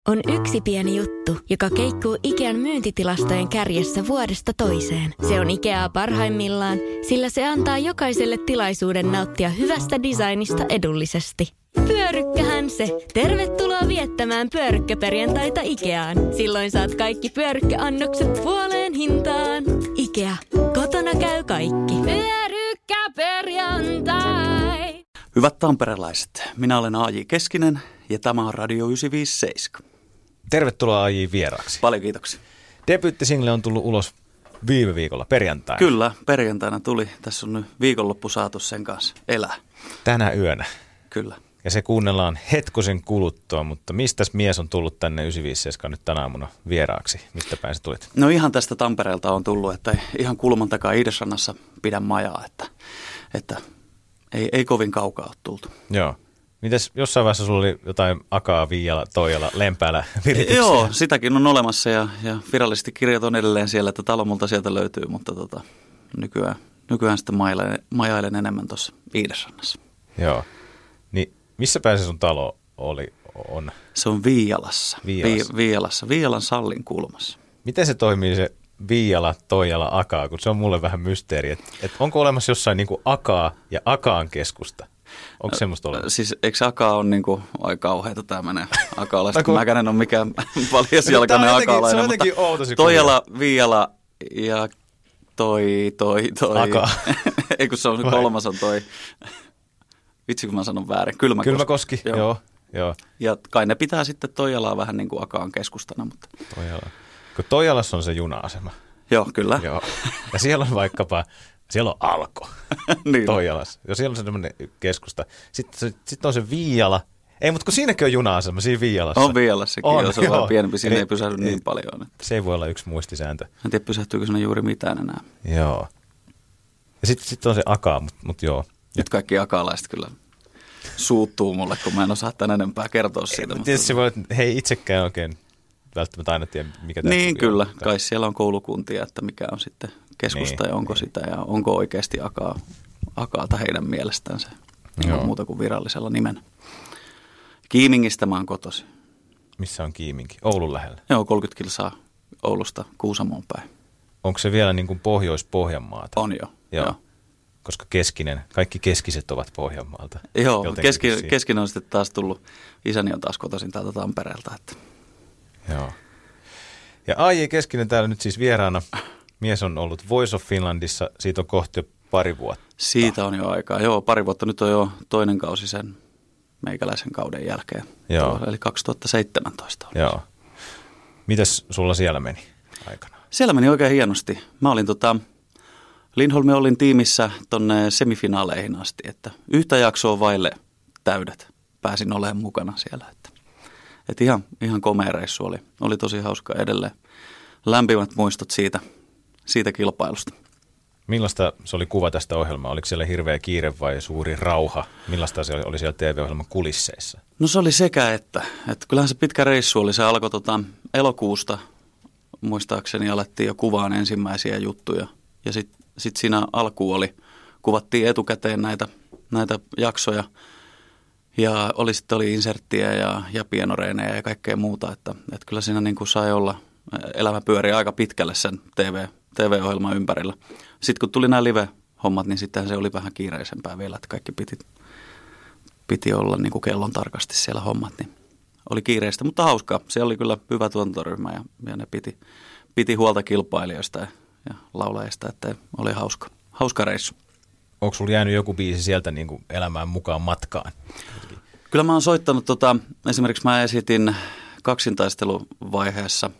On yksi pieni juttu, joka keikkuu Ikean myyntitilastojen kärjessä vuodesta toiseen. Se on Ikeaa parhaimmillaan, sillä se antaa jokaiselle tilaisuuden nauttia hyvästä designista edullisesti. Pyörykkähän se! Tervetuloa viettämään pyörykkäperjantaita Ikeaan. Silloin saat kaikki pyörykkäannokset puoleen hintaan. Ikea. Kotona käy kaikki. Pyörykkäperjantai! Hyvät tamperelaiset, minä olen A.J. Keskinen ja tämä on Radio 957. Tervetuloa A.J. vieraaksi. Paljon kiitoksia. Debyyttisingle on tullut ulos viime viikolla perjantaina. Kyllä, perjantaina tuli. Tässä on nyt viikonloppu saatu sen kanssa elää. Tänä yönä. Kyllä. Ja se kuunnellaan hetkosen kuluttua, mutta mistäs mies on tullut tänne 957 nyt tänä aamuna vieraaksi? Mistä päin sä tulit? No ihan tästä Tampereelta on tullut, että ihan kulman takaa Idesrannassa pidän majaa, että ei kovin kaukaa ole tultu. Joo. Mites jossain vaiheessa sulla oli jotain Akaa, Viiala, Toijala, Lempäälä virityksiä? Joo, sitäkin on olemassa ja virallisesti kirjat on edelleen siellä, että talo multa sieltä löytyy, mutta nykyään sitten majailen enemmän tuossa Idesrannassa. Joo. Niin missä päin se sun talo on? Se on Viialassa. Viialan Sallin kulmassa. Miten se toimii se Viiala, Toijala, Akaa, kun se on mulle vähän mysteeri, että onko olemassa jossain niin kuin Akaa ja Akaan keskusta? Onko semmoista olemassa? Siis eikö Akaa on niin kuin, ai kauheita tämä menee akaalaiset, kun mäkään en ole mikään paljasjalkainen akalainen. Se on jotenkin outo se Toijala, Viiala ja toi. Akaa. Ei kun se on kolmas on toi, vitsi kun mä sanon väärin, Kylmäkoski. Joo. Ja kai ne pitää sitten Toijalaa vähän niin kuin Akaan keskustana. Mutta. Toijala. Kun Toijalassa on se juna-asema. Joo, kyllä. Joo. Ja siellä on vaikkapa, siellä on Alko niin. Toijalassa. Ja siellä on semmoinen keskusta. Sitten on se Viiala. Ei, mutta kun siinäkin on juna-asema, siinä Viialassa. On Viialassakin, jos on vähän pienempi, siinä ei pysähdy niin paljon. Että. Se ei voi olla yksi muistisääntö. En tiedä, pysähtyykö siinä juuri mitään enää. Joo. Ja sitten on se Akaa, mutta joo. Nyt kaikki akaalaiset kyllä suuttuu mulle, kun mä en osaa tämän enempää kertoa siitä. Tietysti se voi, että he itsekään oikein välttämättä aina tiedä, mikä tämä niin kyllä, on. Kai siellä on koulukuntia, että mikä on sitten keskusta ja onko sitä ja onko oikeasti Akaata heidän mielestänsä. Ei ole muuta kuin virallisella nimen. Kiimingistä mä oon kotoisin. Missä on Kiiminki? Oulun lähellä? Joo, 30 kilsaa Oulusta Kuusamoon päin. Onko se vielä niin kuin Pohjois-Pohjanmaata? On jo. Koska kaikki keskiset ovat Pohjanmaalta. Joo, keskinen on sitten taas tullut, isäni on taas kotoisin täältä Tampereelta. Että. Joo. Ja A.J. Keskinen täällä nyt siis vieraana. Mies on ollut Voice of Finlandissa, siitä on kohta jo pari vuotta. Siitä on jo aikaa, joo, pari vuotta. Nyt on jo toinen kausi sen meikäläisen kauden jälkeen. Joo. Eli 2017 oli. Joo. Mitäs sulla siellä meni aikana? Siellä meni oikein hienosti. Mä olin Lindholmin olin tiimissä tonne semifinaaleihin asti, että yhtä jaksoa vaille täydet pääsin olemaan mukana siellä. Että ihan komea reissu oli tosi hauska edelleen. Lämpimät muistot siitä kilpailusta. Millaista se oli kuva tästä ohjelmaa? Oliko siellä hirveä kiire vai suuri rauha? Millaista se oli siellä TV-ohjelman kulisseissa? No se oli sekä että kyllähän se pitkä reissu oli. Se alkoi elokuusta, muistaakseni alettiin jo kuvaan ensimmäisiä juttuja. Ja sitten siinä alkuun kuvattiin etukäteen näitä jaksoja ja oli inserttiä ja pienoreenejä ja kaikkea muuta, että kyllä siinä niin kuin sai olla, elämä pyöri aika pitkälle sen TV-ohjelman ympärillä. Sitten kun tuli nämä live-hommat, niin sitten se oli vähän kiireisempää vielä, että kaikki piti olla niin kuin kellon tarkasti siellä hommat, niin oli kiireistä, mutta hauskaa. Siellä oli kyllä hyvä tuotantoryhmä ja ne piti huolta kilpailijoista ja laulajista, että oli hauska reissu. Onko sulla jäänyt joku biisi sieltä niin kuin elämään mukaan matkaan? Kyllä mä oon soittanut, esimerkiksi mä esitin kaksintaisteluvaiheessa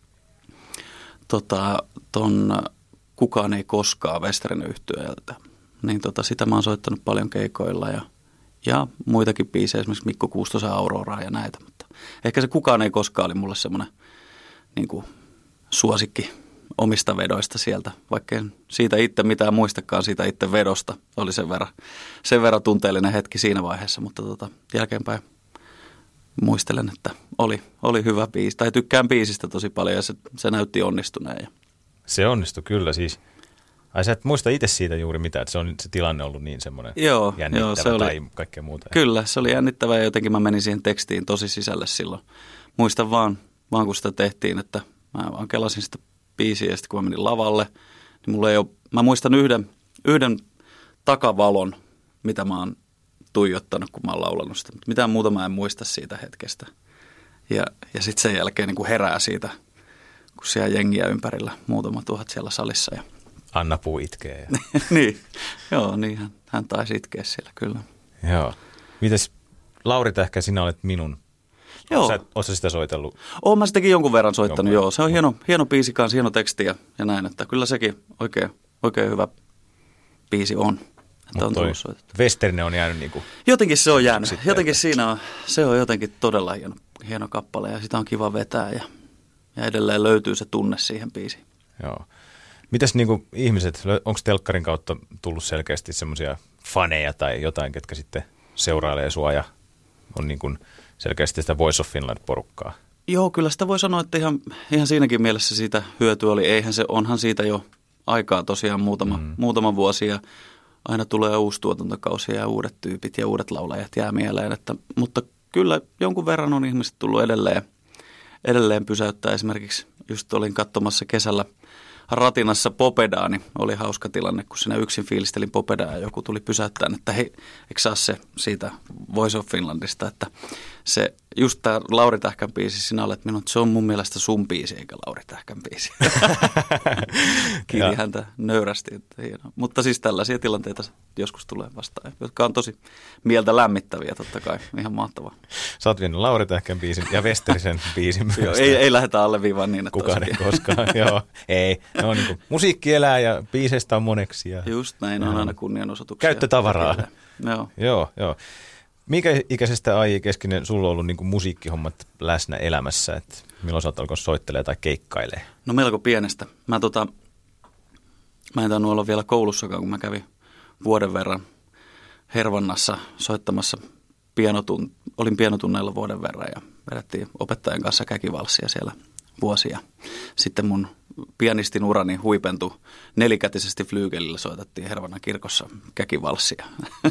ton Kukaan ei koskaan Western-yhtyeeltä. Niin sitä mä oon soittanut paljon keikoilla ja muitakin biisejä, esimerkiksi Mikko Kuustosen Auroraa ja näitä. Mutta ehkä se Kukaan ei koskaan oli mulle semmoinen niin kuin suosikki omista vedoista sieltä, vaikka en siitä itse mitään muistakaan siitä itse vedosta. Oli sen verran tunteellinen hetki siinä vaiheessa, mutta jälkeenpäin muistelen, että oli hyvä biisi. Tai tykkään biisistä tosi paljon ja se näytti onnistuneen. Se onnistui kyllä siis. Ai sä et muista itse siitä juuri mitään, että se tilanne ollut niin semmoinen jännittävä se oli, tai kaikkea muuta. Kyllä, se oli jännittävä ja jotenkin mä menin siihen tekstiin tosi sisälle silloin. muistan vaan kun sitä tehtiin, että mä vaan kelasin sitä biisiä ja sitten kun mä menin lavalle, niin mulla ei ole, mä muistan yhden takavalon, mitä mä oon tuijottanut, kun mä oon laulanut sitä. Mutta mitään muuta mä en muista siitä hetkestä. Ja sitten sen jälkeen niin kuin herää siitä, kun siellä jengiä ympärillä, muutama tuhat siellä salissa. Ja Anna Puu itkee. niin, joo, niin hän taisi itkeä siellä kyllä. Joo. Mites Lauri Tähkä, sinä olet minun. Joo. Oletko sä sitä soitellut? Oon mä sitäkin jonkun verran soittanut, joo. Se on hieno biisi kanssa, hieno teksti ja näin, että kyllä sekin oikein hyvä biisi on. Että on tullut soitettu. Westerinen on jäänyt niinku... Jotenkin se on jäänyt. Jotenkin se on jotenkin todella hieno kappale ja sitä on kiva vetää ja edelleen löytyy se tunne siihen biisiin. Joo. Mitäs niinku ihmiset, onko telkkarin kautta tullut selkeästi semmoisia faneja tai jotain, ketkä sitten seurailee sua ja on niinku selkeästi sitä Voice of Finland-porukkaa? Joo, kyllä sitä voi sanoa, että ihan siinäkin mielessä siitä hyötyä oli. Onhan siitä jo aikaa tosiaan muutama vuosi ja aina tulee uusi tuotantokausi ja uudet tyypit ja uudet laulajat jää mieleen. Mutta kyllä jonkun verran on ihmiset tullut edelleen pysäyttää. Esimerkiksi just olin katsomassa kesällä Ratinassa Popedaa, niin oli hauska tilanne, kun sinä yksin fiilistelin Popedaa ja joku tuli pysäyttämään, että hei, eikö saa se siitä Voice of Finlandista, että se just tämä Lauri Tähkän biisi, sinä olet minut, se on mun mielestä sun biisi eikä Lauri Tähkän biisi. Kiiri häntä nöyrästi, että hienoa. Mutta siis tällaisia tilanteita joskus tulee vastaan, jotka on tosi mieltä lämmittäviä totta kai, ihan mahtavaa. Sä oot vienyt Lauri Tähkän biisin ja Westerisen biisin myös. Joo, ei lähdetä alleviivaan niin, että kukaan ei koskaan, joo, ei. No niin kuin, musiikki elää ja biiseistä on moneksi. Ja just näin, on aina kunnianosoituksia. Käyttötavaraa. Joo. Joo. Mikä ikäisestä Aiji Keskinen sulla on ollut niin kuin musiikkihommat läsnä elämässä? että milloin sä oot alkanut soittelemaan tai keikkailemaan? No melko pienestä. Mä en tainnut olla vielä koulussakaan, kun mä kävin vuoden verran Hervannassa soittamassa olin pianotunneilla vuoden verran ja vedettiin opettajan kanssa käkivalssia siellä vuosia. Sitten mun pianistin urani huipentui nelikätisesti flyygelillä, soitettiin Hervannan kirkossa käkivalssia.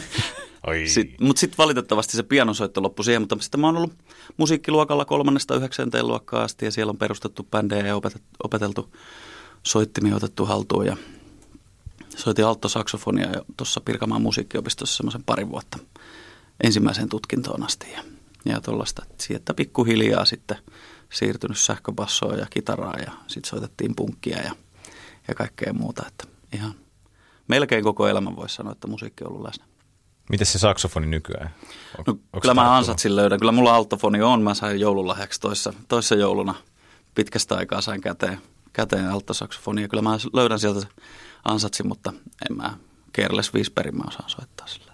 Mutta sitten valitettavasti se pianosoitto loppui siihen, mutta sitten mä oon ollut musiikkiluokalla 3.–9. luokkaa asti ja siellä on perustettu bändejä ja opeteltu soittimia, otettu haltuun ja soitin alttosaksofonia tuossa Pirkanmaan musiikkiopistossa semmoisen 2 vuotta ensimmäiseen tutkintoon asti ja tuollaista, sieltä pikkuhiljaa sitten siirtynyt sähköbassoon ja kitaraa ja sitten soitettiin punkkia ja kaikkea muuta, että ihan melkein koko elämän voisi sanoa, että musiikki on ollut läsnä. Miten se saksofoni nykyään? Kyllä mä ansatsin löydän. Kyllä mulla alttofoni on. Mä sain joululahjaksi toissa jouluna pitkästä aikaa sain käteen alttosaksofonia. Kyllä mä löydän sieltä ansatsin, mutta en mä Careless Whisperin mä osaan soittaa sillä.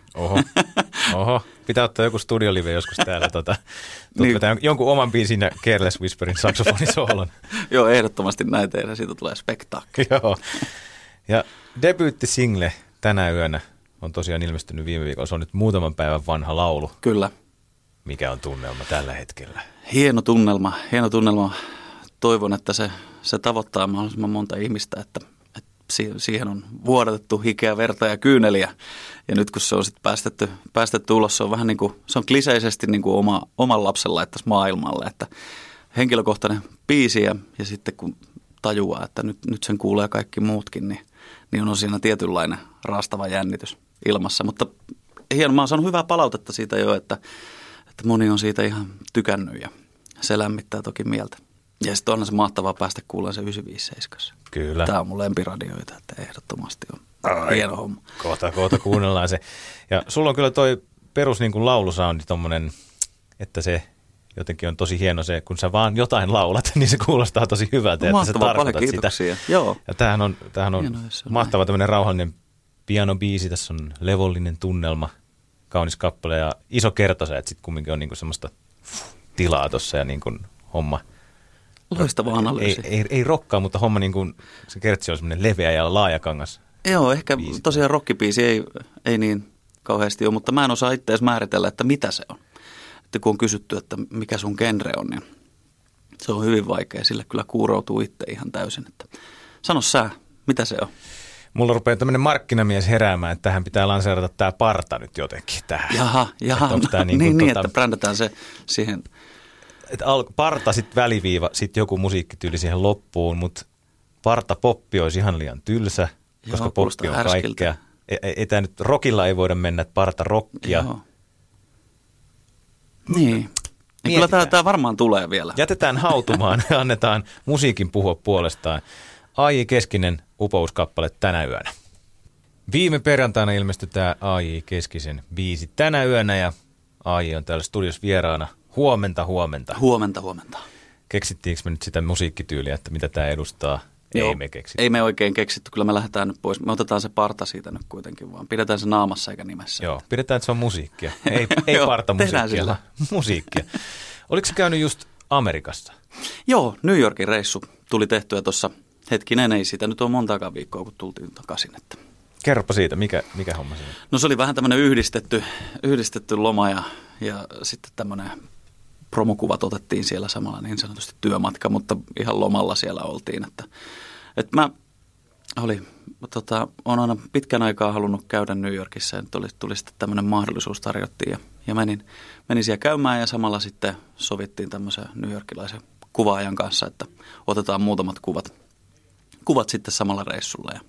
Oho. Pitää ottaa joku studiolive joskus täällä. Niin. Jonkun oman biisin ja Careless Whisperin saksofonisoolon. Joo, ehdottomasti näin tehdään. Siitä tulee spektaakki. Joo. Ja debyyttisingle tänä yönä on tosiaan ilmestynyt viime viikolla. Se on nyt muutaman päivän vanha laulu. Kyllä. Mikä on tunnelma tällä hetkellä? Hieno tunnelma. Toivon, että se tavoittaa mahdollisimman monta ihmistä, että siihen on vuodatettu hikeä, verta ja kyyneliä. Ja nyt kun se on sitten päästetty ulos, se on vähän niin kuin, se on kliseisesti niin kuin oman lapsen laittaisi maailmalle, että henkilökohtainen biisi ja sitten kun tajuaa, että nyt sen kuulee kaikki muutkin, niin on siinä tietynlainen raastava jännitys ilmassa. Mutta hieno, mä oon saanut hyvää palautetta siitä jo, että moni on siitä ihan tykännyt ja se lämmittää toki mieltä. Ja sitten onhan se mahtavaa päästä kuulemaan se 957. Kyllä. Tämä on mun lempiradioita, että ehdottomasti on hieno homma. Kohta kuunnellaan se. Ja sulla on kyllä toi perus niin kuin laulusoundi tommonen, että se jotenkin on tosi hieno se, kun sä vaan jotain laulat, niin se kuulostaa tosi hyvältä, että sä tarkoitat sitä. Joo. Ja tämähän on mahtava tämmöinen rauhallinen pianobiisi, tässä on levollinen tunnelma, kaunis kappale ja iso kertosä, että sitten kumminkin on niinku semmoista tilaa tuossa ja niinku homma. Loistava analyysi. Ei rokkaa, mutta homma niin kuin se kertsi on semmoinen leveä ja laajakangas. Joo, ehkä biisi. Tosiaan rockibiisi ei niin kauheasti ole, mutta mä en osaa itse edes määritellä, että mitä se on. Että kun on kysytty, että mikä sun genre on, niin se on hyvin vaikea. Sille kyllä kuuroutuu itse ihan täysin. Että sano sä, mitä se on? Mulla rupeaa tämmöinen markkinamies heräämään, että tähän pitää lanseerata tämä parta nyt jotenkin tähän. Jaha. Että niin, että brändätään se siihen parta, sitten väliviiva, sitten joku musiikkityyli siihen loppuun, mutta parta poppi olisi ihan liian tylsä, koska poppi on kaikkea. Ei tämä nyt, rockilla ei voida mennä, että parta rockia. Joo. Niin. Kyllä tämä varmaan tulee vielä. Jätetään hautumaan ja annetaan musiikin puhua puolestaan. A.J. Keskinen upouskappale tänä yönä. Viime perjantaina ilmestyi tämä A.J. Keskisen biisi tänä yönä ja A.J. on täällä studios vieraana. Huomenta. Huomenta. Keksittiinkö me nyt sitä musiikkityyliä, että mitä tämä edustaa? Joo, ei me keksitty. Ei me oikein keksitty. Kyllä me lähdetään nyt pois. Me otetaan se parta siitä nyt kuitenkin vaan. Pidetään se naamassa eikä nimessä. Joo, pidetään, että se on musiikkia. Ei parta musiikkia, musiikkia. Oliko se käynyt just Amerikassa? Joo, New Yorkin reissu tuli tehtyä tuossa hetkinen. Ei siitä nyt ole montaakaan viikkoa, kun tultiin takaisin. Että. Kerropa siitä, mikä homma se on? No se oli vähän tämmöinen yhdistetty loma ja sitten tämmöinen promokuvat otettiin siellä samalla niin sanotusti työmatka, mutta ihan lomalla siellä oltiin. Että mä olen aina pitkän aikaa halunnut käydä New Yorkissa ja nyt tuli sitten tämmöinen mahdollisuus tarjottiin ja menin siellä käymään ja samalla sitten sovittiin tämmöisen newyorkilaisen kuvaajan kanssa, että otetaan muutamat kuvat sitten samalla reissulla ja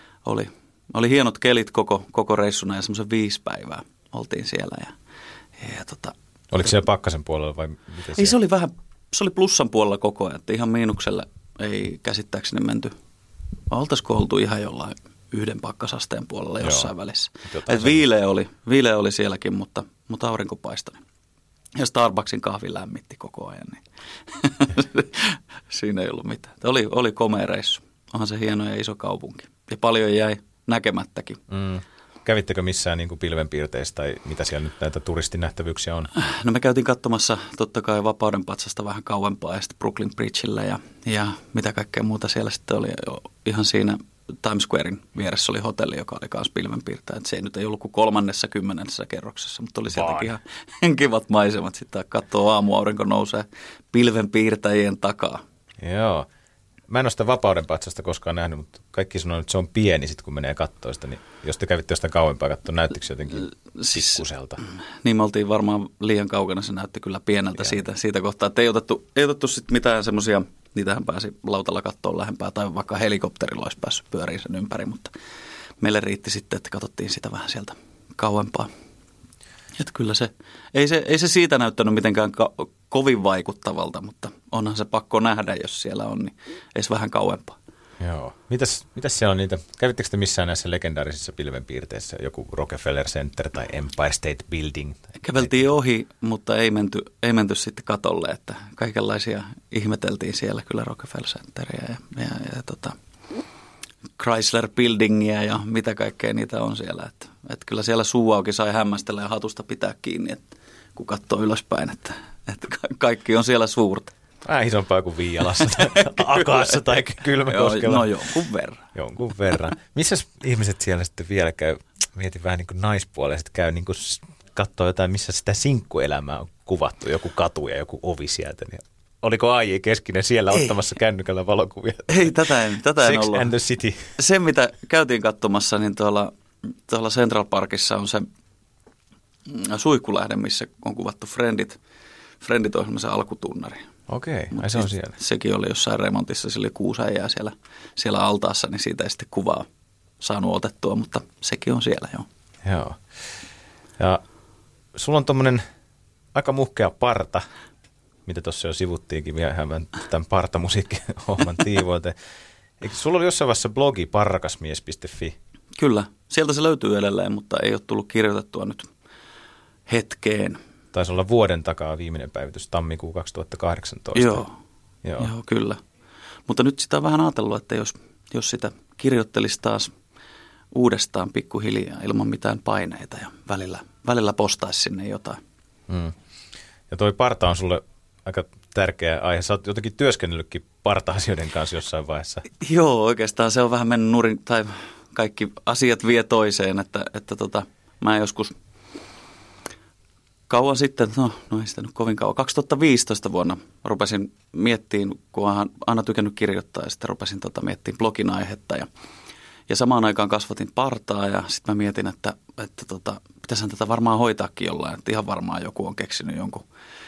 oli hienot kelit koko reissuna ja semmoisen 5 päivää oltiin siellä ja oliko siellä pakkasen puolella vai miten siellä? Ei, se oli plussan puolella koko ajan, että ihan miinukselle ei käsittääkseni menty. Oltaisiko oltu ihan jollain 1 pakkasasteen puolella jossain välissä. Et viileä oli sielläkin, mutta aurinko paistoi. Ja Starbucksin kahvi lämmitti koko ajan, niin siinä ei ollut mitään. Oli komea reissu. Onhan se hieno ja iso kaupunki. Ja paljon jäi näkemättäkin. Kävittekö missään niin kuin pilvenpiirteissä tai mitä siellä nyt näitä turistinähtävyyksiä on? No me käytiin katsomassa totta kai Vapauden patsasta vähän kauempaa ja sitten Brooklyn Bridgellä ja mitä kaikkea muuta siellä sitten oli. Ihan siinä Times Squarein vieressä oli hotelli, joka oli myös pilvenpiirtäjä. Se ei nyt ei ollut kuin 30. kerroksessa, mutta oli sieltäkin ihan kivat maisemat. Sitten katsoo aamuaurinko nousee pilvenpiirtäjien takaa. Joo. Mä en ole sitä Vapauden patsasta koskaan nähnyt, mutta kaikki sanoo, että se on pieni sitten, kun menee katsoa sitä. Niin jos te kävitte jostain kauempaa katsoa, näyttikö se jotenkin pikkuselta? Niin me oltiin varmaan liian kaukana, se näytti kyllä pieneltä siitä kohtaa. Että ei otettu sitten mitään semmoisia, niitähän pääsi lautalla katsoa lähempää tai vaikka helikopterilla olisi päässyt pyöriin sen ympäri, mutta meille riitti sitten, että katsottiin sitä vähän sieltä kauempaa. Että kyllä ei se siitä näyttänyt mitenkään kovin vaikuttavalta, mutta onhan se pakko nähdä, jos siellä on, niin edes vähän kauempaa. Joo. Mitäs siellä on niitä, kävittekö te missään näissä legendaarisissa pilvenpiirteissä, joku Rockefeller Center tai Empire State Building? Käveltiin ohi, mutta ei menty sitten katolle, että kaikenlaisia ihmeteltiin siellä kyllä Rockefeller Centeriä ja Chrysler Buildingia ja mitä kaikkea niitä on siellä. Että kyllä siellä suu auki sai hämmästellä ja hatusta pitää kiinni, että kun katsoo ylöspäin, että kaikki on siellä suurta. Vähän isompaa kuin Viialassa tai Akaassa tai Kylmäkoskella. No jonkun verran. Missäs ihmiset siellä sitten vielä käy, mietin vähän niin kuin naispuolella, sitten käy niin kuin katsoo jotain, missä sitä sinkkuelämää on kuvattu, joku katu ja joku ovi sieltä, niin oliko A.J. Keskinen siellä ottamassa kännykällä valokuvia? Ei, tätä en ollut. Sex and the City. Se, mitä käytiin katsomassa, niin tuolla Central Parkissa on se suihkulähde, missä on kuvattu Friendit-ohjelmassa alkutunnari. Okei, se on siellä. Sekin oli jossain remontissa, sillä oli 6 äijää siellä altaassa, niin siitä ei sitten kuvaa saanut otettua, mutta sekin on siellä, joo. Joo. Ja sulla on tommonen aika muhkea parta, mitä tuossa jo sivuttiinkin vähän tämän partamusiikkihomman tiimoilta. Eikö sulla oli jossain vaiheessa blogi parkasmies.fi? Kyllä, sieltä se löytyy edelleen, mutta ei ole tullut kirjoitettua nyt hetkeen. Taisi olla vuoden takaa viimeinen päivitys, tammikuu 2018. Joo, kyllä. Mutta nyt sitä on vähän ajatellut, että jos sitä kirjoittelisi taas uudestaan pikkuhiljaa ilman mitään paineita ja välillä postaisi sinne jotain. Ja toi parta on sulle aika tärkeä aihe. Sä oot jotenkin työskennellytkin parta-asioiden kanssa jossain vaiheessa. Joo, oikeastaan se on vähän mennyt nurin, tai kaikki asiat vie toiseen, että mä joskus kauan sitten, no ei sitä nyt kovin kauan, 2015 vuonna rupesin miettimään, kun olen aina tykännyt kirjoittaa ja sitten rupesin miettimään blogin aihetta ja samaan aikaan kasvatin partaa ja sitten mä mietin, että pitäisihän tätä varmaan hoitaakin jollain, että ihan varmaan joku on keksinyt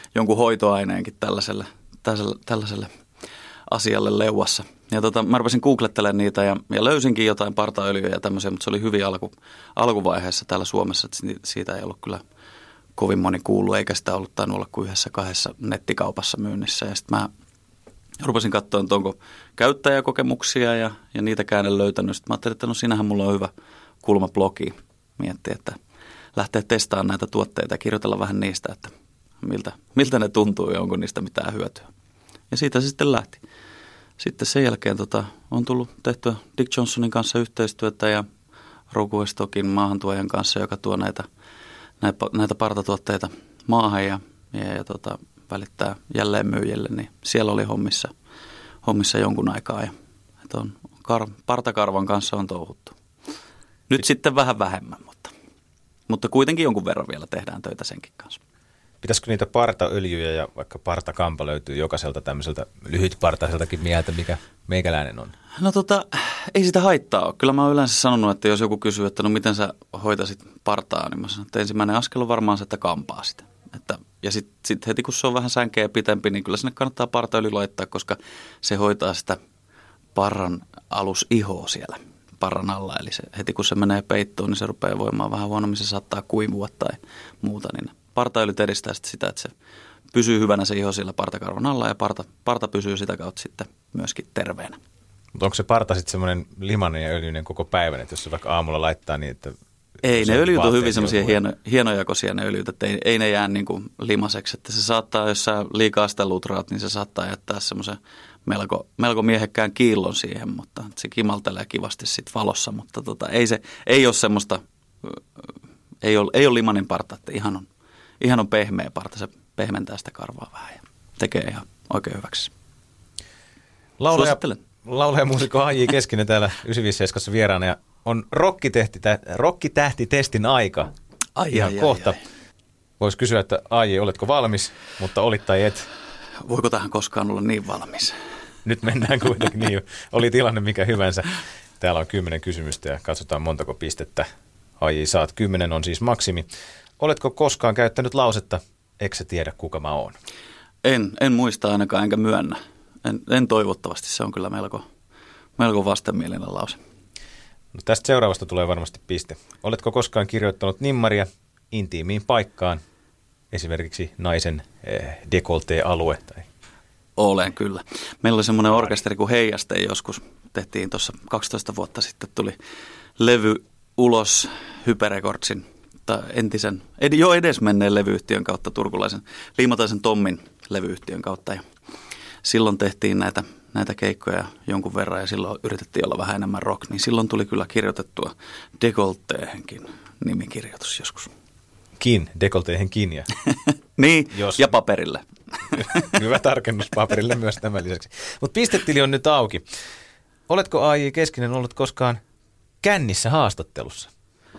jonkun hoitoaineenkin tällaiselle asialle leuassa. Ja mä rupesin googlettelemaan niitä ja löysinkin jotain partaöljyjä ja tämmöisiä, mutta se oli hyvin alkuvaiheessa täällä Suomessa, että siitä ei ollut kyllä kovin moni kuullut, eikä sitä ollut tainnut olla kuin 1-2 nettikaupassa myynnissä. Ja sitten mä rupesin katsoa, että onko käyttäjäkokemuksia ja niitäkään en löytänyt. Sitten mä ajattelin, että no siinähän mulla on hyvä kulma blogi miettiä, että lähteä testaamaan näitä tuotteita ja kirjoitella vähän niistä, että miltä ne tuntuu ja onko niistä mitään hyötyä. Ja siitä se sitten lähti. Sitten sen jälkeen on tullut tehtyä Dick Johnsonin kanssa yhteistyötä ja Roguestockin maahantuojan kanssa, joka tuo näitä partatuotteita maahan ja välittää jälleen myyjille, niin siellä oli hommissa jonkun aikaa ja partakarvan kanssa on touhuttu. Nyt sitten vähän vähemmän, mutta kuitenkin jonkun verran vielä tehdään töitä senkin kanssa. Pitäisikö niitä partaöljyjä ja vaikka partakampa löytyy jokaiselta tämmöiseltä lyhytpartaiseltakin mieheltä, mikä meikäläinen on? No ei sitä haittaa ole. Kyllä mä oon yleensä sanonut, että jos joku kysyy, että no miten sä hoitasit partaa, niin mä sanon, että ensimmäinen askel on varmaan se, että kampaa sitä. Ja sitten heti kun se on vähän sänkeä pitempi, niin kyllä sinne kannattaa partaöljy laittaa, koska se hoitaa sitä parran alusihoa siellä parran alla. Eli heti kun se menee peittoon, niin se rupeaa voimaan vähän huonommin, se saattaa kuivua tai muuta, niin partaöljyt edistää sitä, että se pysyy hyvänä se iho siellä partakarvan alla ja parta pysyy sitä kautta sitten myöskin terveenä. Mutta onko se parta sitten semmoinen limainen ja öljyinen koko päivän, että jos se vaikka aamulla laittaa niin, että... Ei, ne öljyt on hyvin semmoisia hienojakoisia ne öljyt, että ei ne jää niin kuin limaseksi. Että se saattaa, jos sä liikaa sitä lutraat, niin se saattaa jättää semmoisen melko miehekkään kiillon siihen, mutta se kimaltelee kivasti sitten valossa. Mutta ei ole semmoista, ei ole limainen parta, että ihan on pehmeä parta, se pehmentää sitä karvaa vähän ja tekee ihan oikein hyväksi. Laulaja muusikko A.J. Keskinen täällä 957 vieraana ja on rokkitähtitestin aika ihan kohta. Voisi kysyä, että A.J. oletko valmis, mutta olit tai et. Voiko tähän koskaan olla niin valmis? Nyt mennään kuitenkin niin. Oli tilanne mikä hyvänsä. Täällä on 10 kysymystä ja katsotaan montako pistettä. A.J. saat 10 on siis maksimi. Oletko koskaan käyttänyt lausetta, eikö sä tiedä kuka mä oon? En muista ainakaan enkä myönnä. En toivottavasti, se on kyllä melko vastenmielinen lause. No tästä seuraavasta tulee varmasti piste. Oletko koskaan kirjoittanut nimmaria intiimiin paikkaan, esimerkiksi naisen dekoltee-alue? Tai... Olen kyllä. Meillä oli semmoinen orkesteri kuin Heijaste joskus. Tehtiin tuossa 12 vuotta sitten, tuli levy ulos Hyperekordsin edesmenneen levyyhtiön kautta, turkulaisen Liimataisen Tommin levyyhtiön kautta. Ja silloin tehtiin näitä keikkoja jonkun verran ja silloin yritettiin olla vähän enemmän rock, niin silloin tuli kyllä kirjoitettua dekolteehenkin nimikirjoitus joskus. Dekolteehenkin ja... niin, ja paperille. Hyvä tarkennus paperille myös tämän lisäksi. Mutta pistetili on nyt auki. Oletko A.J. Keskinen ollut koskaan kännissä haastattelussa?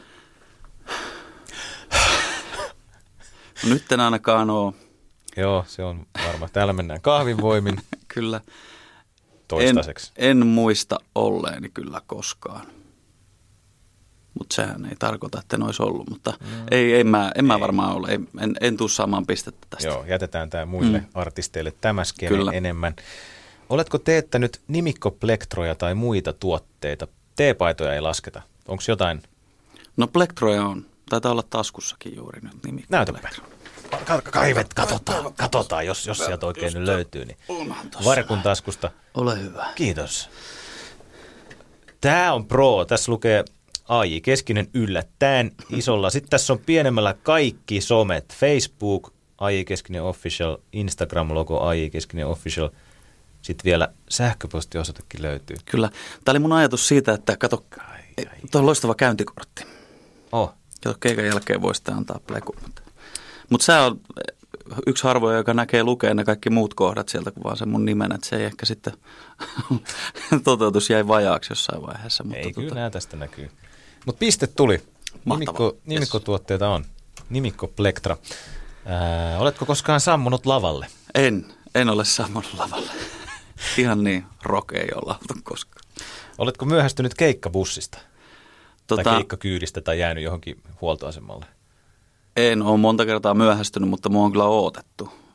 No, nyt en ainakaan ole. Joo, se on varma. Täällä mennään kahvinvoimin. Kyllä. Toistaiseksi. En muista olleeni kyllä koskaan. Mutta sehän ei tarkoita, että en olisi ollut. Mutta en mä varmaan ole. En tule saamaan pistettä tästä. Joo, jätetään tämä muille artisteille tämä skene enemmän. Oletko teettänyt nimikkoplekstroja tai muita tuotteita? Teepaitoja ei lasketa. Onko jotain? No plektroja on. Taitaa olla taskussakin juuri nyt nimikkoplektro. Näytäpä. Katsotaan, jos sieltä oikein nyt löytyy. Niin. Varkun taskusta. Ole hyvä. Kiitos. Tämä on pro. Tässä lukee A.J. Keskinen yllättäen isolla. Sitten tässä on pienemmällä kaikki somet. Facebook, A.J. Keskinen Official, Instagram-logo, A.J. Keskinen Official. Sitten vielä sähköpostiosoitekin löytyy. Kyllä. Tämä oli mun ajatus siitä, että kato, tuo on loistava käyntikortti. Kato, keikan jälkeen voi sitten antaa pleku. Mutta sä on yksi harvoja, joka näkee lukea ne kaikki muut kohdat sieltä, kun vaan se mun nimen, että se ei ehkä sitten toteutus jäi vajaaksi jossain vaiheessa. Mutta ei, kyllä tästä näkyy. Mutta piste tuli. Nimikkotuotteita on. Nimikkoplekstra. Oletko koskaan sammunut lavalle? En ole sammunut lavalle. Ihan niin, rock ei ole oltu koskaan. Oletko myöhästynyt keikkabussista? Tai keikkakyydistä tai jäänyt johonkin huoltoasemalle? En ole monta kertaa myöhästynyt, mutta mua on kyllä odotettu.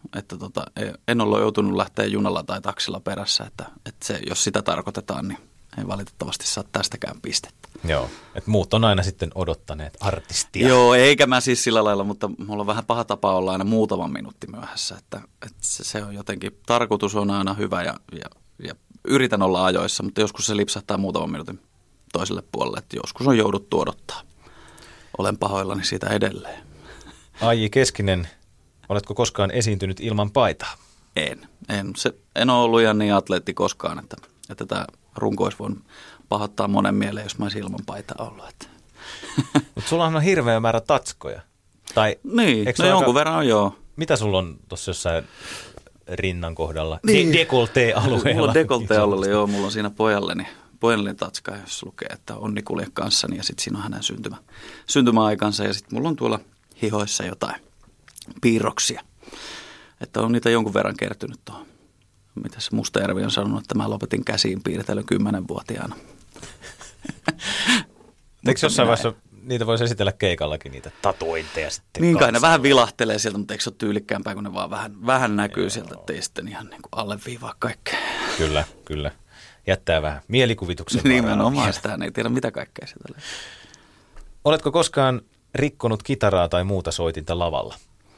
en ole joutunut lähteä junalla tai taksilla perässä, että se, jos sitä tarkoitetaan, niin ei valitettavasti saa tästäkään pistettä. Joo, että muut on aina sitten odottaneet artistia. Joo, eikä mä siis sillä lailla, mutta mulla on vähän paha tapa olla aina muutaman minuutti myöhässä, että se on jotenkin, tarkoitus on aina hyvä ja yritän olla ajoissa, mutta joskus se lipsahtaa muutaman minuutin toiselle puolelle, että joskus on jouduttu odottaa. Olen pahoillani siitä edelleen. Aiji Keskinen, oletko koskaan esiintynyt ilman paitaa? En ole ollut ihan niin atleetti koskaan, että tämä runko olisi voinut pahoittaa monen mieleen, jos mä olisin ilman paitaa ollut. Mutta sulla on hirveä määrä tatskoja. Tai, niin, no jonkun verran on joo. Mitä sulla on tuossa jossain rinnan kohdalla? Niin. Dekoltee-alueella. Mulla on dekoltee-alueella, joo. Mulla on siinä pojalleni tatska, jos lukee, että onni kulje kanssani ja sitten siinä on hänen syntymäaikansa ja sitten mulla on tuolla hihoissa jotain piirroksia. Että on niitä jonkun verran kertynyt tuohon. Mitäs Mustajärvi on sanonut, että mä lopetin käsiin piirtelyn 10-vuotiaana. Eikö jossain vaiheessa niitä voisi esitellä keikallakin, niitä tatuointeja sitten? Niin kai ne vähän vilahtelee sieltä, mutta eikö se ole tyylikkäämpää, kun ne vaan vähän näkyy sieltä, ettei sitten ihan niin kuin alleviivaa kaikkea. Kyllä. Jättää vähän mielikuvituksen. Nimenomaan sitä, ei tiedä mitä kaikkea sieltä löytyy. Oletko koskaan rikkonut kitaraa tai muuta soitinta lavalla?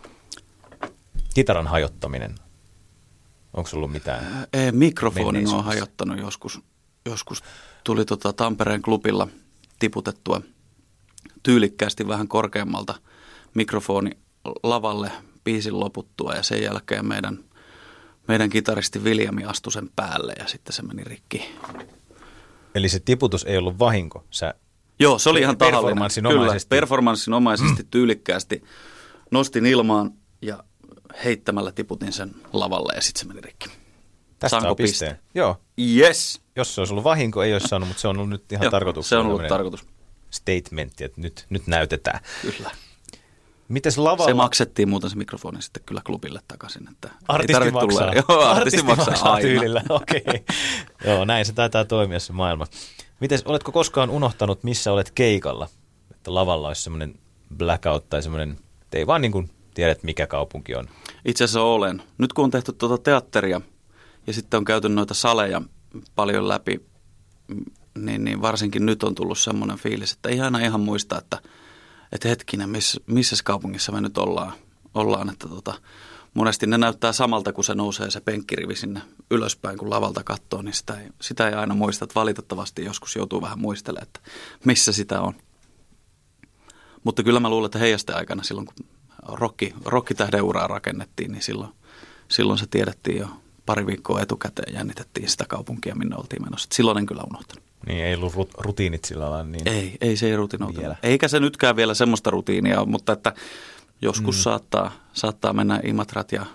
Kitaran hajottaminen. Onko ollut mitään? Mikrofonin on hajottanut joskus tuli Tampereen klubilla tiputettua tyylikkäästi vähän korkeammalta mikrofoni lavalle biisin loputtua ja sen jälkeen meidän kitaristi Viljami astui sen päälle ja sitten se meni rikki. Eli se tiputus ei ollut vahinko? Joo, se oli ihan tahallinen. Performanssinomaisesti. Kyllä, performanssinomaisesti tyylikkäästi nostin ilmaan ja heittämällä tiputin sen lavalle ja sitten se meni rikki. Tästä saa pisteen. Joo. Yes. Jos se olisi ollut vahinko, ei olisi saanut, mutta se on ollut nyt ihan tarkoitus. Se on ollut tarkoitus. Statementti, että nyt näytetään. Kyllä. Mites lavalla? Se maksettiin muuten se mikrofoni sitten kyllä klubille takaisin. Että artisti maksaa. Joo, artisti maksaa aina. Tyylillä, okei. Okay. Joo, näin se taitaa toimia se maailma. Mites, oletko koskaan unohtanut, missä olet keikalla? Että lavalla olisi semmoinen blackout tai semmoinen, ei vaan niin kuin tiedät, mikä kaupunki on. Itse asiassa olen. Nyt kun on tehty teatteria ja sitten on käyty noita saleja paljon läpi, niin varsinkin nyt on tullut semmoinen fiilis, että ei aina ihan muista, että hetkinen, missä kaupungissa me nyt ollaan että monesti ne näyttää samalta, kun se nousee se penkkirivi sinne ylöspäin, kun lavalta katsoo, niin sitä ei aina muista, että valitettavasti joskus joutuu vähän muistelemaan, että missä sitä on. Mutta kyllä mä luulen, että heijasten aikana silloin, kun rokkitähden uraa rakennettiin, niin silloin se tiedettiin jo pari viikkoa etukäteen, jännitettiin sitä kaupunkia, minne oltiin menossa. Silloin en kyllä unohtanut. Niin, ei ollut rutiinit sillä lailla. Niin ei se ei rutiinoitunut. Eikä se nytkään vielä semmoista rutiinia ole, mutta että joskus saattaa mennä Imatrat ja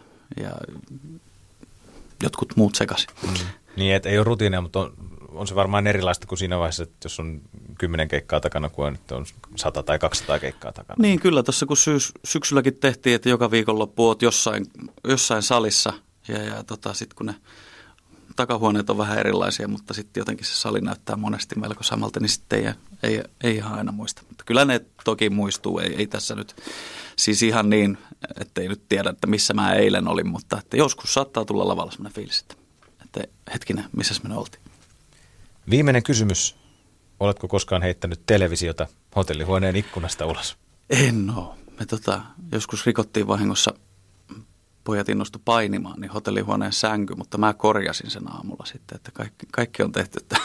jotkut muut sekaisin. Niin, että ei ole rutiinia, mutta on se varmaan erilaista kuin siinä vaiheessa, että jos on 10 keikkaa takana, kuin on 100 tai 200 keikkaa takana. Niin, kyllä tuossa kun syksylläkin tehtiin, että joka viikonloppu olet jossain salissa ja sitten kun ne takahuoneet on vähän erilaisia, mutta sitten jotenkin se sali näyttää monesti melko samalta, niin sitten ei ihan aina muista. Mutta kyllä ne toki muistuu, ei tässä nyt siis ihan niin, että ei nyt tiedä, että missä mä eilen olin, mutta että joskus saattaa tulla lavalla sellainen fiilis, että hetkinen, missä me oltiin. Viimeinen kysymys. Oletko koskaan heittänyt televisiota hotellihuoneen ikkunasta ulos? En ole. Me joskus rikottiin vahingossa, pojat innostu painimaan, niin hotellihuoneen sänky, mutta mä korjasin sen aamulla sitten, että kaikki on tehty, että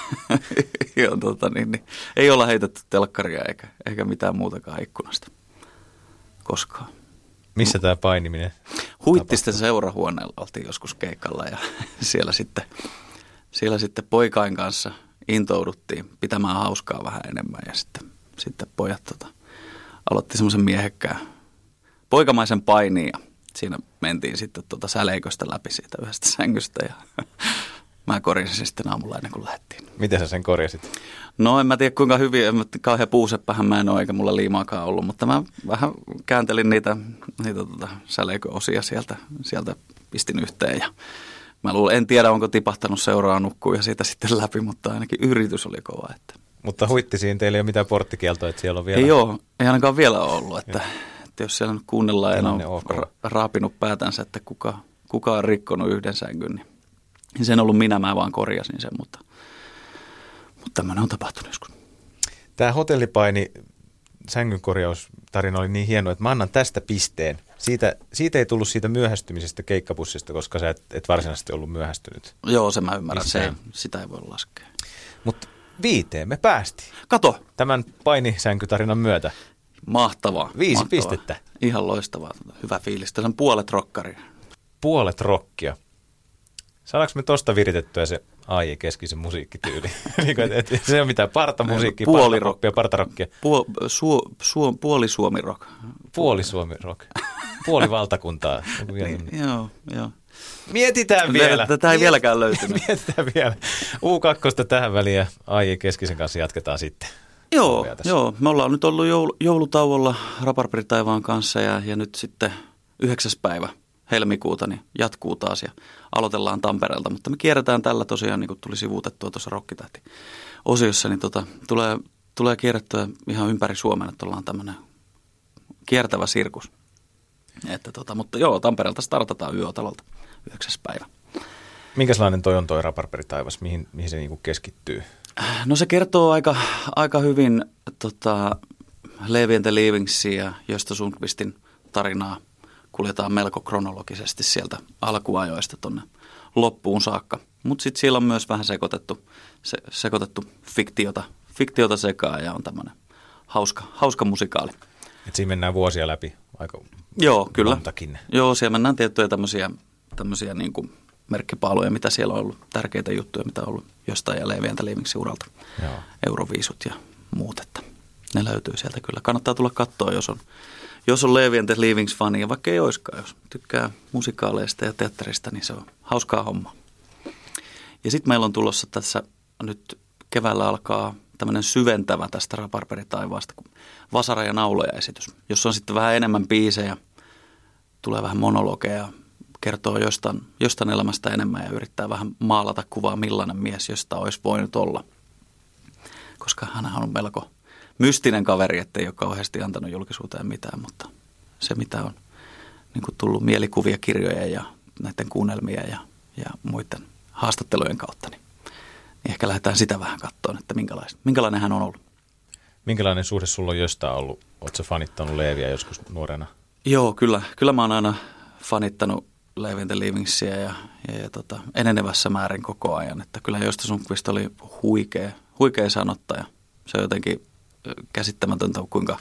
ei olla heitetty telkkaria eikä mitään muutakaan ikkunasta koskaan. Missä tämä painiminen? Huittisten seurahuoneella oltiin joskus keikalla ja siellä sitten poikain kanssa intouduttiin pitämään hauskaa vähän enemmän ja sitten pojat aloitti semmoisen miehekkään poikamaisen painiin ja siinä mentiin sitten säleiköstä läpi siitä yhdestä sängystä ja mä korjasin sen sitten aamulla ennen kuin lähdettiin. Miten sä sen korjasit? No en mä tiedä kuinka hyvin, kauhean puuseppähän mä en ole eikä mulla liimaakaan ollut, mutta mä vähän kääntelin niitä säleiköosia sieltä pistin yhteen ja mä en tiedä onko tipahtanut seuraa nukkuu ja siitä sitten läpi, mutta ainakin yritys oli kova. Että. Mutta huittisiin teillä ei ole mitään porttikieltoa, että siellä on vielä? Ei ainakaan vielä ole ollut, että että jos siellä nyt kuunnellaan ja on raapinut päätänsä, että kuka on rikkonut yhden sängyn, niin se en ollut minä vaan korjasin sen, mutta tämmöinen on tapahtunut joskus. Tämä hotellipaini sängynkorjaustarina oli niin hieno, että mä annan tästä pisteen. Siitä ei tullut siitä myöhästymisestä keikkabussista, koska sä et varsinaisesti ollut myöhästynyt. Joo, se mä ymmärrän. Sitä ei voi laskea. Mutta 5 me päästiin. Kato! Tämän painisänkytarinan myötä. Mahtavaa. 5 pistettä. Ihan loistavaa. Hyvä fiilis. Tässä on puolet rokkaria. Puolet rockia. Saadaanko me tosta viritettyä se AI keskisen musiikkityyli? Se on mitään partamusiikkia, partaroppia, partarokkia. Puoli Suomi-rock. Puoli Suomi-rock. Puoli valtakuntaa. Joo. Mietitään vielä. Tätä ei vieläkään löytynyt. Mietitään vielä. U2 tähän väliin ja AI keskisen kanssa jatketaan sitten. Joo. Me ollaan nyt ollut joulutauolla Raparperi-taivaan kanssa ja nyt sitten 9. päivä helmikuuta niin jatkuu taas ja aloitellaan Tampereelta. Mutta me kierretään tällä tosiaan, niin kuin tuli sivuutettua tuossa Rokkitähti-osiossa, niin tulee kierrettyä ihan ympäri Suomen, että ollaan tämmöinen kiertävä sirkus. Mutta joo, Tampereelta startataan Yötalolta 9. päivä. Minkälainen toi on toi Raparperi-taivas? Mihin se niinku keskittyy? No se kertoo aika hyvin Levi and the Leavingsia ja Gösta Sundqvistin tarinaa. Kuljetaan melko kronologisesti sieltä alkuajoista tuonne loppuun saakka. Mutta sitten siellä on myös vähän sekoitettu fiktiota sekaan ja on tämmöinen hauska musikaali. Et siinä mennään vuosia läpi aika kyllä. montakin. Joo, siellä mennään tiettyjä tämmöisiä niin kuin merkkipaaluja, mitä siellä on ollut, tärkeitä juttuja, mitä on ollut jostain ja Levi and the Leavingsin uralta. Joo. Euroviisut ja muut, että ne löytyy sieltä kyllä. Kannattaa tulla katsoa, jos on Levi and the Leavings-fani, ja vaikka ei oiskaan, jos tykkää musikaaleista ja teatterista, niin se on hauskaa homma. Ja sitten meillä on tulossa tässä nyt keväällä alkaa tämmöinen syventävä tästä Raparperi-taivaasta, kuin Vasara ja nauloja-esitys, jossa on sitten vähän enemmän biisejä, tulee vähän monologeja, kertoo jostain elämästä enemmän ja yrittää vähän maalata kuvaa, millainen mies josta olisi voinut olla. Koska hän on melko mystinen kaveri, ettei ole kauheasti antanut julkisuuteen mitään, mutta se mitä on niin kuin tullut mielikuvia, kirjoja ja näiden kuunnelmia ja muiden haastattelujen kautta, niin ehkä lähdetään sitä vähän katsomaan, että minkälainen hän on ollut. Minkälainen suhde sulla on jostain ollut? Oletko fanittanut Leeviä joskus nuorena? Joo, kyllä mä oon aina fanittanut Levi and the Leavingsia ja enenevässä määrin koko ajan, että kyllä Gösta Sundqvist oli huikea sanottaja. Se on jotenkin käsittämätöntä, kuinka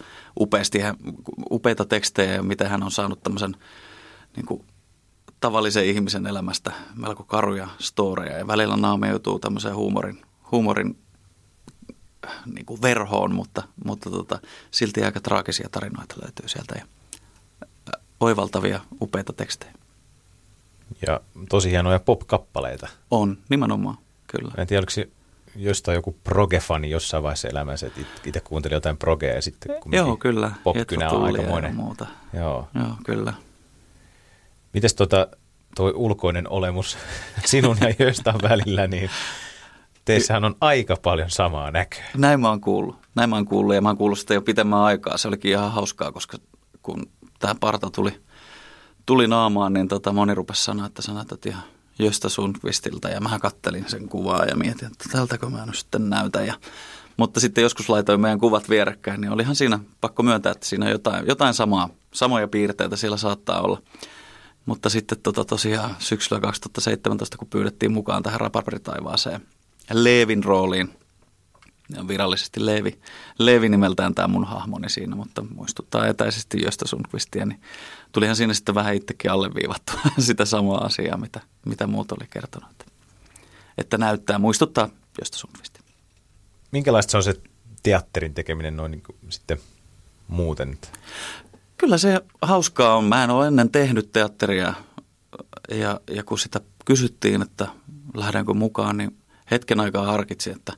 upeita tekstejä ja miten hän on saanut tämmöisen niin kuin tavallisen ihmisen elämästä melko karuja storeja. Ja välillä naameutuu tämmöiseen huumorin niin kuin verhoon, mutta silti aika traagisia tarinoita löytyy sieltä ja oivaltavia, upeita tekstejä. Ja tosi hienoja pop-kappaleita. On, nimenomaan, kyllä. En tiedä, oliko jostain joku proge-fani jossain vaiheessa elämässä, että itse kuuntelin jotain progea ja sitten joo, kyllä. Pop-kynä on aikamoinen. Muuta. Joo, kyllä. Mites toi ulkoinen olemus sinun ja Göstan välillä, niin teissähän on aika paljon samaa näköä. Näin mä oon kuullut ja mä oon kuullut sitä jo pitemmän aikaa. Se olikin ihan hauskaa, koska kun tämä parta tuli naamaan, niin moni rupesi sanoa, että sä näytät ihan Gösta Sundqvistilta ja mä kattelin sen kuvaa ja mietin, että tältäkö mä nyt sitten näytän. Mutta sitten joskus laitoin meidän kuvat vierekkäin, niin olihan siinä pakko myöntää, että siinä on jotain samoja piirteitä siellä saattaa olla. Mutta sitten tosiaan syksyllä 2017, kun pyydettiin mukaan tähän Raparperi-taivaaseen Levin rooliin, ja virallisesti Levi nimeltään tämä mun hahmoni siinä, mutta muistuttaa etäisesti Gösta Sundqvistia, niin tulihan siinä sitten vähän itsekin alleviivattua sitä samaa asiaa, mitä muut oli kertonut. Että muistuttaa Gösta Sundqvistia. Minkälaista se on se teatterin tekeminen noin niin kuin sitten muuten? Kyllä se hauskaa on. Mä en ole ennen tehnyt teatteria ja kun sitä kysyttiin, että lähdenkö mukaan, niin hetken aikaa harkitsin, että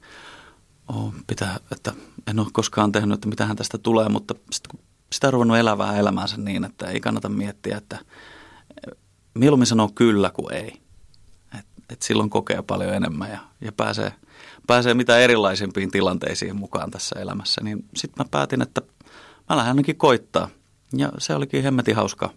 en ole koskaan tehnyt, että mitähän tästä tulee, mutta sitten kun sitä on ruvennut elävää elämäänsä niin, että ei kannata miettiä, että mieluummin sanoo kyllä kuin ei. Et silloin kokee paljon enemmän ja pääsee mitä erilaisimpiin tilanteisiin mukaan tässä elämässä. Niin sitten mä päätin, että mä lähden ainakin koittaa Ja se olikin hemmetin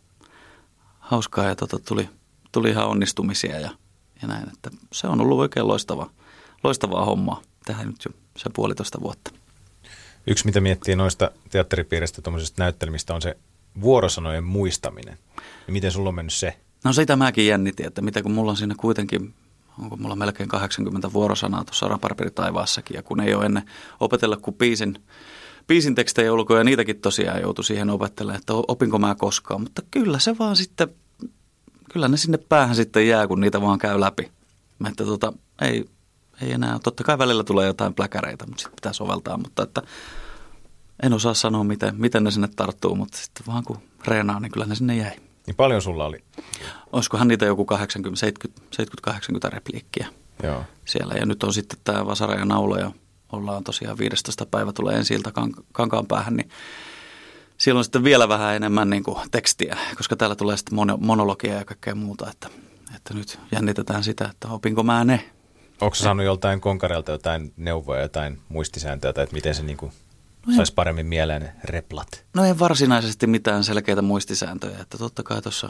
hauskaa ja tuli ihan onnistumisia ja näin. Että se on ollut oikein loistavaa hommaa tähän nyt jo se 1,5 vuotta. Yksi, mitä miettii noista teatteripiiristä, tuommoisista näyttelmistä, on se vuorosanojen muistaminen. Ja miten sulla on mennyt se? No sitä mäkin jännitin, että mitä kun mulla on siinä kuitenkin, onko mulla melkein 80 vuorosanaa tuossa Raparperi-taivaassakin, ja kun ei ole ennen opetella kuin biisin tekstejä ulkoa, ja niitäkin tosiaan joutui siihen opettelemaan, että opinko mä koskaan. Mutta kyllä se vaan sitten, kyllä ne sinne päähän sitten jää, kun niitä vaan käy läpi. Että ei enää, totta kai välillä tulee jotain pläkäreitä, mutta sitten pitää soveltaa, mutta että en osaa sanoa, miten ne sinne tarttuu, mutta sitten vaan kun reenaa, niin kyllä ne sinne jäi. Niin paljon sulla oli? Olisikohan niitä joku 70-80 repliikkiä. Joo. Siellä. Ja nyt on sitten tämä Vasara ja Naula ja ollaan tosiaan 15. päivä tulee ensi-ilta Kankaanpäähän, niin siellä on sitten vielä vähän enemmän niin kuin tekstiä, koska täällä tulee sitten monologia ja kaikkea muuta, että nyt jännitetään sitä, että opinko mä ne. Onko sä saanut joltain konkareilta jotain neuvoja, jotain muistisääntöä, että miten se niin kuin saisi paremmin mieleen ne replat? No ei varsinaisesti mitään selkeitä muistisääntöjä, että totta kai tuossa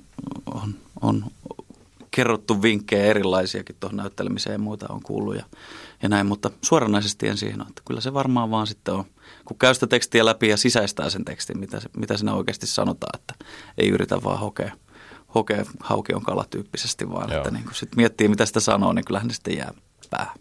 on kerrottu vinkkejä erilaisiakin tuohon näyttelemiseen ja muita on kuullut ja näin, mutta suoranaisesti en siihen ole. Että kyllä se varmaan vaan sitten on, kun käy sitä tekstiä läpi ja sisäistää sen tekstin, mitä siinä oikeasti sanotaan, että ei yritä vaan hokea haukion kala tyyppisesti, vaan että niin kun sit miettii, mitä sitä sanoo, niin kyllähän ne sitten jää päähän.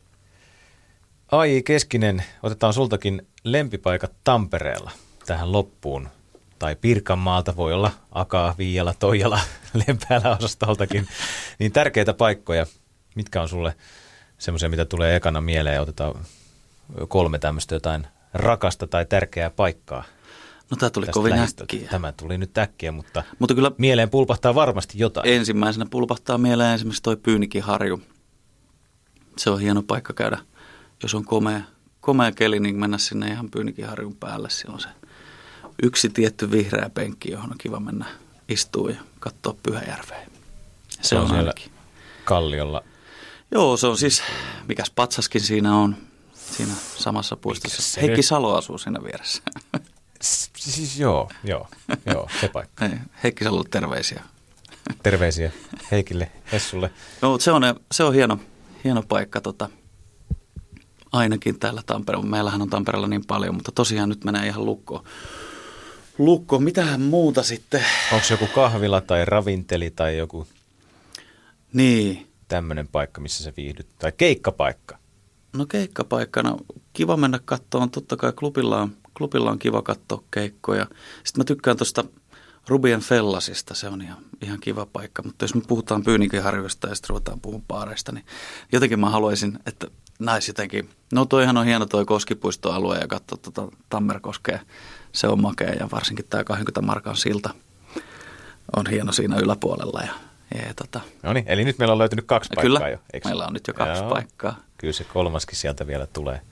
Ai Keskinen, otetaan sultakin lempipaikat Tampereella tähän loppuun. Tai Pirkanmaalta voi olla Akaa, Viiala, Toijala, Lempäälä osastoltakin. Niin tärkeitä paikkoja. Mitkä on sulle semmoisia, mitä tulee ekana mieleen? Otetaan 3 tämmöistä jotain rakasta tai tärkeää paikkaa. No tämä tuli kovin äkkiä. Tämä tuli nyt äkkiä, mutta kyllä mieleen pulpahtaa varmasti jotain. Ensimmäisenä pulpahtaa mieleen esimerkiksi toi Pyynikinharju. Se on hieno paikka käydä, jos on komea keli, niin mennä sinne ihan Pyynikinharjun päälle. Siellä on se yksi tietty vihreä penkki, johon on kiva mennä istua ja katsoa Pyhäjärveä. Se on siellä Kalliolla. Joo, se on siis, mikäs patsaskin siinä on, siinä samassa puistossa. Heikki Salo asuu siinä vieressä. Siis joo, se paikka. Heikki Salolle terveisiä. Terveisiä Heikille, Hessulle. No, se on hieno paikka ainakin täällä Tampereella. Meillähän on Tampereella niin paljon, mutta tosiaan nyt menee ihan lukkoon. Mitähän muuta sitten? Onko joku kahvila tai ravinteli tai joku tämmöinen paikka, missä sä viihdyt? Tai keikkapaikka? No keikkapaikkana kiva mennä katsomaan. Totta kai klubilla on kiva katsoa keikkoja. Sitten mä tykkään tuosta Rubien Fellasista, se on ihan kiva paikka. Mutta jos me puhutaan Pyynikinharjusta ja sitten ruvetaan puhumaan baareista, niin jotenkin mä haluaisin, että näis jotenkin. No toihan on hieno toi Koskipuistoalue ja katsoa Tammerkoskea. Se on makea ja varsinkin tämä 20 markan silta on hieno siinä yläpuolella. No niin, eli nyt meillä on löytynyt 2 paikkaa jo. Kyllä, meillä on nyt jo 2 paikkaa. Kyllä se 3. sieltä vielä tulee.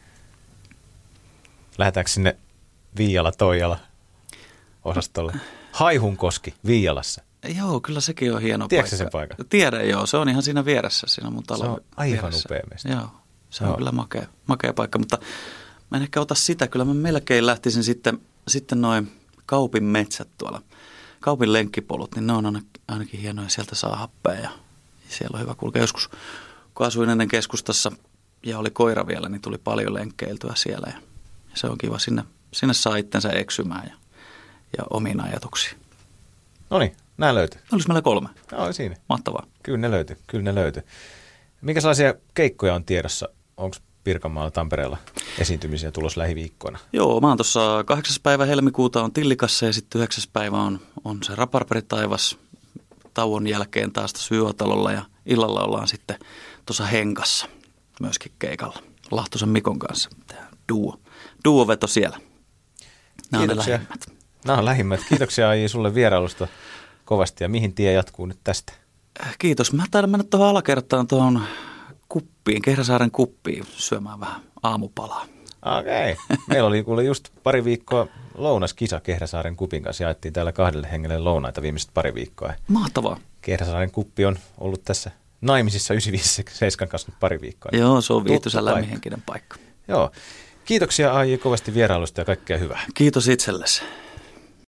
Lähdetäänkö sinne Viiala, Toijala osastolle? Haihunkoski Viialassa. Joo, kyllä sekin on hieno Tiedätkö sen paikan? Tiedän, joo. Se on ihan siinä vieressä, siinä mun talon vieressä. Se on aivan vieressä. upea meistä. Joo, se on kyllä makea paikka, mutta mä en ehkä ota sitä. Kyllä mä melkein lähtisin sitten noin Kaupin metsät tuolla. Kaupin lenkkipolut, niin ne on ainakin hienoja. Sieltä saa happea ja siellä on hyvä kulkea. Joskus, kun asuin ennen keskustassa ja oli koira vielä, niin tuli paljon lenkkeiltyä siellä. Ja se on kiva. Sinne saa itsensä eksymään ja omiin ajatuksiin. No niin, nämä löytyy. Olisi meillä 3. Oli siinä. Mahtavaa. Kyllä ne löytyy. Minkälaisia keikkoja on tiedossa? Onko Pirkanmaalla, Tampereella esiintymisiä tulossa lähiviikkoina? Joo, mä oon tuossa 8. päivä helmikuuta on Tillikassa ja sitten 9. päivä on se Raparperi-taivas tauon jälkeen taas tuossa Yötalolla ja illalla ollaan sitten tuossa Henkassa myöskin keikalla. Lahtosen Mikon kanssa. Duo-veto siellä. Nämä on ne lähimmät. Nämä on lähimmät. Kiitoksia Aiji sulle vierailusta kovasti ja mihin tie jatkuu nyt tästä? Kiitos. Mä taidan mennä tuohon alakertaan tuohon kuppiin, Kehräsaaren kuppiin syömään vähän aamupalaa. Okei. Meillä oli kuule just pari viikkoa lounaskisa Kehräsaaren kupin kanssa. Jaettiin täällä 2 hengelle lounaita viimeiset pari viikkoa. Mahtavaa. Kehräsaaren kuppi on ollut tässä naimisissa 95-7 kanssa nyt pari viikkoa. Joo, se on viihtyisä lämminhenkinen paikka. Joo. Kiitoksia Aiji kovasti vierailusta ja kaikkea hyvää. Kiitos itsellesi.